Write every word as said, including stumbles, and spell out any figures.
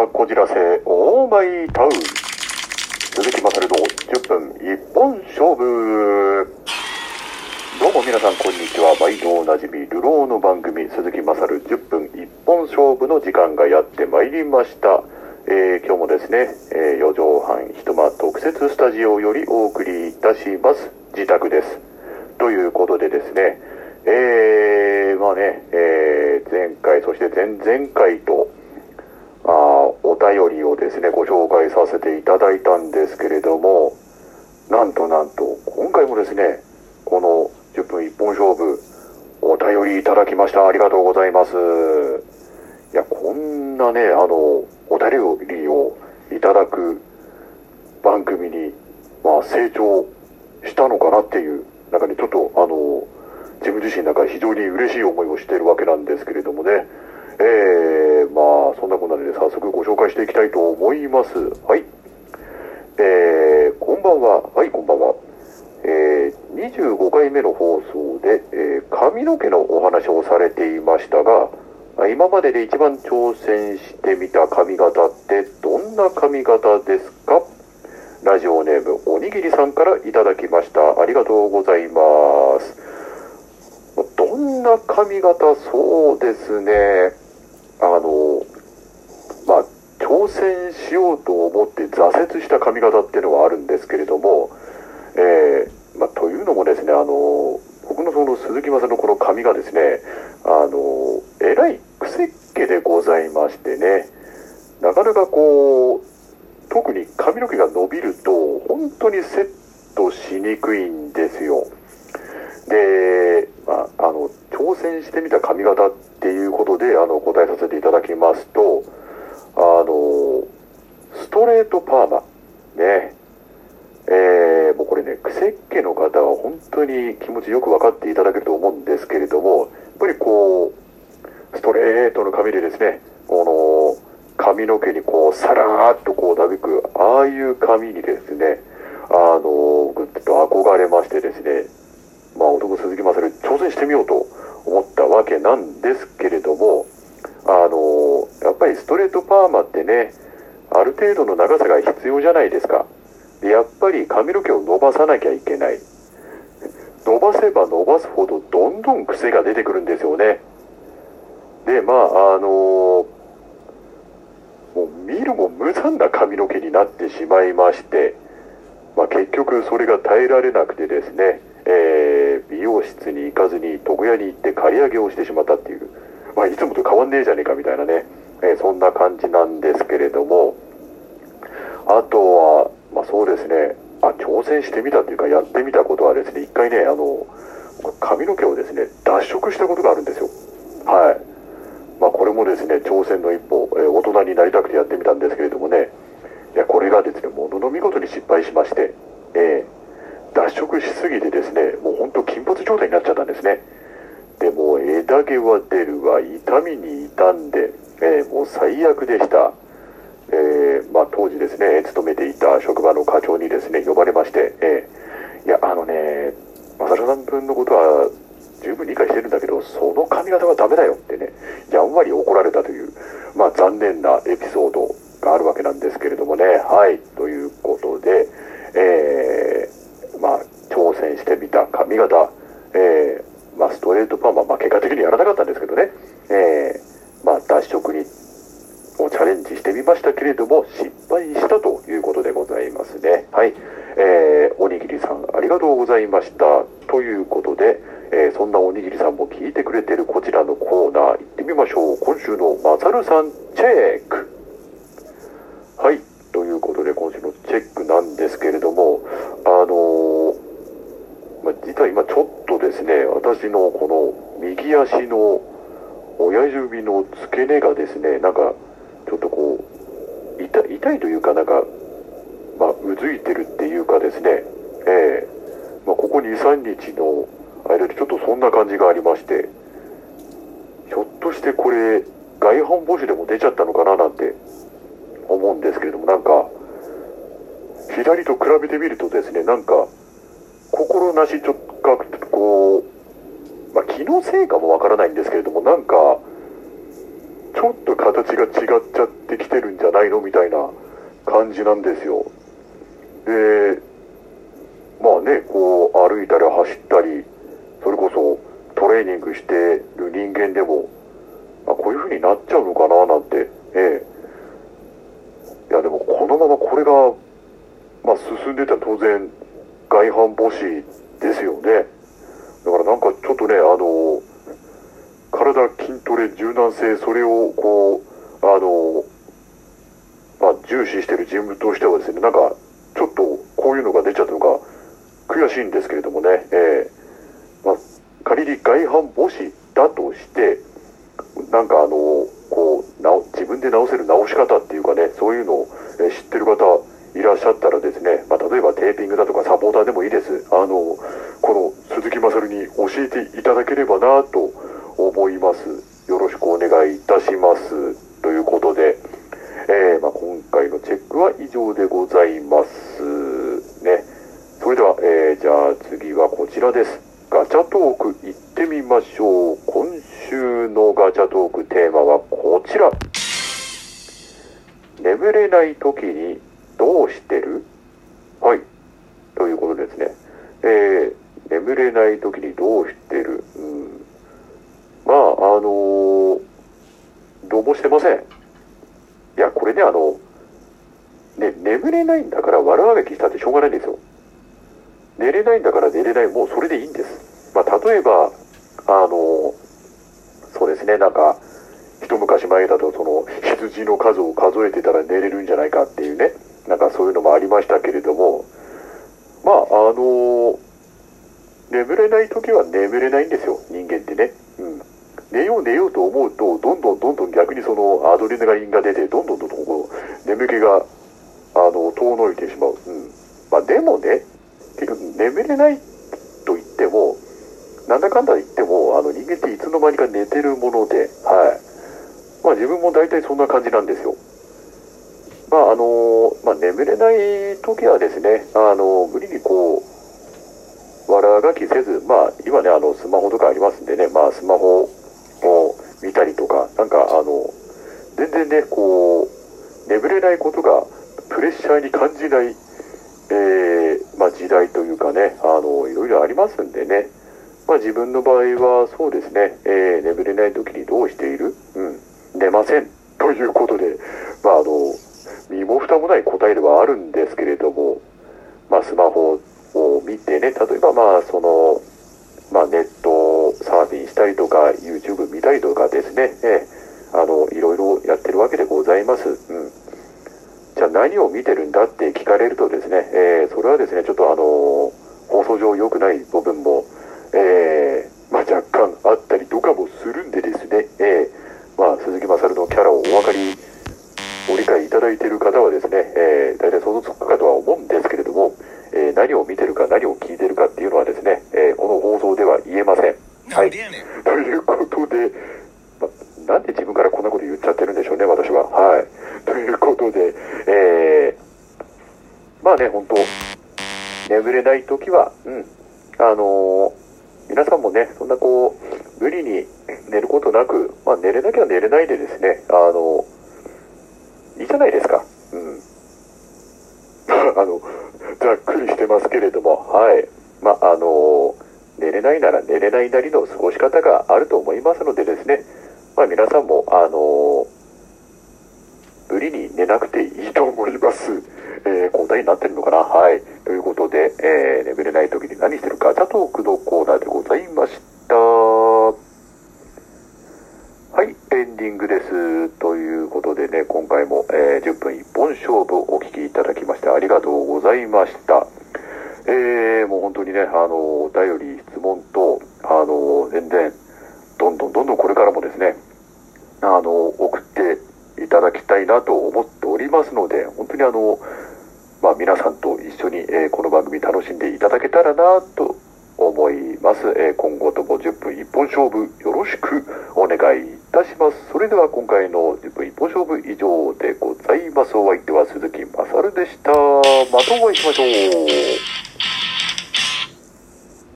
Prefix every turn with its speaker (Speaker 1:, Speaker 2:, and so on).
Speaker 1: はこじらせオーマイタウン、鈴木まさるのじゅっぷん一本勝負。どうも皆さんこんにちは。毎度おなじみ流浪の番組鈴木まさるじゅっぷん一本勝負の時間がやってまいりました。えー、今日もですね、えー、よじょうはん一間特設スタジオよりお送りいたします。自宅です。ということでですね、えー、まあね、えー、前回そして前々回とあお便りをですねご紹介させていただいたんですけれども、なんとなんと今回もですねこのじゅっぷん一本勝負お便りいただきました。ありがとうございます。いや、こんなねあのお便りをいただく番組に、まあ、成長したのかなっていう、なんかねちょっとあの自分自身なんか非常に嬉しい思いをしているわけなんですけれどもね、えー、まあそんなこんなで、ね、早速ご紹介していきたいと思います。はい、えー、こんばんは。はい、こんばんは。えー、にじゅうごかいめの放送で、えー、髪の毛のお話をされていましたが、今までで一番挑戦してみた髪型ってどんな髪型ですか？ラジオネームおにぎりさんからいただきました。ありがとうございます。どんな髪型、そうですね、あのまあ挑戦しようと思って挫折した髪型っていうのはあるんですけれども、えーまあ、というのもですね、あの僕のその鈴木まさのこの髪がですね、あのえらい癖っ気でございましてね、なかなかこう特に髪の毛が伸びると本当にセットしにくいんですよ。で、まあ、あの挑戦してみた髪型っていうことであの答えさせていただきますと、あのストレートパーマね、えー、もうこれね癖っ気の方は本当に気持ちよく分かっていただけると思うんですけれども、やっぱりこうストレートの髪でですね、この髪の毛にこうさらーっとこうなびくああいう髪にですね、あのぐっと憧れましてですね、まあ男鈴木まさる挑戦してみようと思ったわけなんですけれども、あのやっぱりストレートパーマってね、ある程度の長さが必要じゃないですか。でやっぱり髪の毛を伸ばさなきゃいけない。伸ばせば伸ばすほどどんどん癖が出てくるんですよね。でまああのもう見るも無残な髪の毛になってしまいまして、まあ、結局それが耐えられなくてですね、えー、美容室に行かずに床屋に行って刈り上げをしてしまったっていう、まあ、いつもと変わんねえじゃねえかみたいなね、えー、そんな感じなんですけれども、あとは、まあ、そうですね、あ挑戦してみたというかやってみたことはですね、一回ねあの髪の毛をですね脱色したことがあるんですよ。はい、まあ、これもですね挑戦の一歩、えー、大人になりたくてやってみたんですけれどもね、いやこれがですねものの見事に失敗しまして、えー、脱色しすぎてですねもう本当金髪状態になっちゃったんですね。でもう枝毛は出るわ、痛みに痛んで、えー、もう最悪でした。えーまあ、当時ですね勤めていた職場の課長にですね呼ばれまして、えー、いやあのねまさるさん分のことは十分理解してるんだけど、その髪型はダメだよってねやんわり怒られたという、まあ、残念なエピソードがあるわけなんですけれどもね。はい、ということで、えー、まあ挑戦してみた髪型、えー、まあストレートパーマ、まあ、結果的にやらなかったんですけどね、えー、まあ脱色にをチャレンジしてみましたけれども失敗したということでございますね。はい、えー、おにぎりさんありがとうございました。ということで、えー、そんなおにぎりさんも聞いてくれてるこちらのコーナー行ってみましょう。今週のまさるさんチェック。はい、ということで今週のチェックなんですけれども、あのーまあ、実は今ちょっとですね私のこの右足の親指の付け根がですねなんかちょっとこう 痛, 痛いというかなんか、まあ、うずいてるっていうかですね、えーまあ、ここ にさんにちの間でちょっとそんな感じがありまして、ひょっとしてこれ外反母趾でも出ちゃったのかななんて思うんですけれども、なんか左と比べてみるとですねなんか心なし直角こう、まあ、気のせいかもわからないんですけれども、なんかちょっと形が違っちゃってきてるんじゃゃないのみたいな感じなんですよ。で、まあね、こう歩いたり走ったり、それこそトレーニングしてる人間でも、あ、こういう風になっちゃうのかななんて、ええ。いやでもこのままこれが、まあ、進んでたら当然外反母趾ですよね。だからなんかちょっとね、あの、体筋トレ柔軟性、それをこう、あの、まあ、重視してる人物としてはですね、なんかちょっとこういうのが出ちゃったのが悔しいんですけれどもね、ええ。まあ、仮に外反母趾だとして、なんかあの、こう、なお自分で直せる直し方っていうかね、そういうのをえ知ってる方いらっしゃったらですね、まあ、例えばテーピングだとかサポーターでもいいです。あの、この鈴木勝に教えていただければなと思います。よろしくお願いいたします。ということで、えーまあ、今回のチェックは以上でございます。ね。それでは、えー、じゃあ次はこちらです。ガチャトーク行ってみましょう。今週のガチャトークテーマはこちら。眠れない時にどうしてる？はい。ということですね。えー、眠れない時にどうしてる？うん、まあ、あのー、どうもしてません。いや、これね、あの、ね、眠れないんだから悪あがきしたってしょうがないんですよ。寝れないんだから寝れない、もうそれでいいんです。まあ、例えば、あの、そうですね、なんか、一昔前だとその羊の数を数えてたら寝れるんじゃないかっていうね、なんかそういうのもありましたけれども、まあ、あの、眠れない時は眠れないんですよ、人間ってね。うん。寝よう寝ようと思うと、どんどんどんどん逆にそのアドレナリンが出て、どんどんどんどんこう、眠気が、あの、遠のいてしまう。うん。まあ、でもね、結局眠れないと言っても、なんだかんだ言っても、あの人間っていつの間にか寝てるもので、はい。まあ自分も大体そんな感じなんですよ。まああの、まあ眠れない時はですね、あの、無理にこう、悪あがきせず、まあ今ね、あの、スマホとかありますんでね、まあスマホを見たりとか、なんかあの、全然ね、こう、眠れないことがプレッシャーに感じない、えー、まあ時代というかね、あの、いろいろありますんでね、まあ自分の場合はそうですね、えー、眠れない時にどうしている？うん。寝ません。ということで、まああの、身も蓋もない答えではあるんですけれども、まあスマホを見てね、例えばまあその、まあネットサーフィンしたりとか、YouTube 見たりとかですね、えー、あの、いろいろやってるわけでございます。うん。じゃあ何を見てるんだって聞かれるとですね、えー、それはですね、ちょっとあの、放送上良くない部分も、えー、まあ若干あったりとかもするんでですね、えー、まあ鈴木勝のキャラをお分かり、ご理解いただいている方はですね、えー、大体想像つくかとは思うんですけれども、えー、何を見てるか何を聞いてるかっていうのはですね、えー、この放送では言えません。はい。ということで、まあ、なんで自分からこんなこと言っちゃってるんでしょうね、私は。はい。ということで、えー、まあね、本当眠れない時は、うん、あのー、皆さんもね、そんなこう、無理に寝ることなく、まあ寝れなきゃ寝れないでですね、あのー、いいじゃないですか。うん。あの、ざっくりしてますけれども、はい。まあ、あのー、寝れないなら寝れないなりの過ごし方があると思いますのでですね、まあ皆さんも、あのー、無理に寝なくていいと思います。えー、答えになってるのかな？はい。ということで、えー、眠れない時に何してるか、ガチャトークのコーナーでございました。はい、エンディングです。ということでね、今回も、えー、じゅっぷん一本勝負をお聞きいただきましてありがとうございました。えー、もう本当にね、あの、お便り、質問と、あの、全然、どんどんどんどんこれからもですね、あの、送っていただきたいなと思っておりますので、本当にあの、まあ皆さんと一緒に、えー、この番組楽しんでいただけたらなと思います。えー、今後ともじゅっぷん一本勝負よろしくお願いいたします。それでは今回のじゅっぷん一本勝負以上でございます。お相手は鈴木勝でした。またお会いしましょう。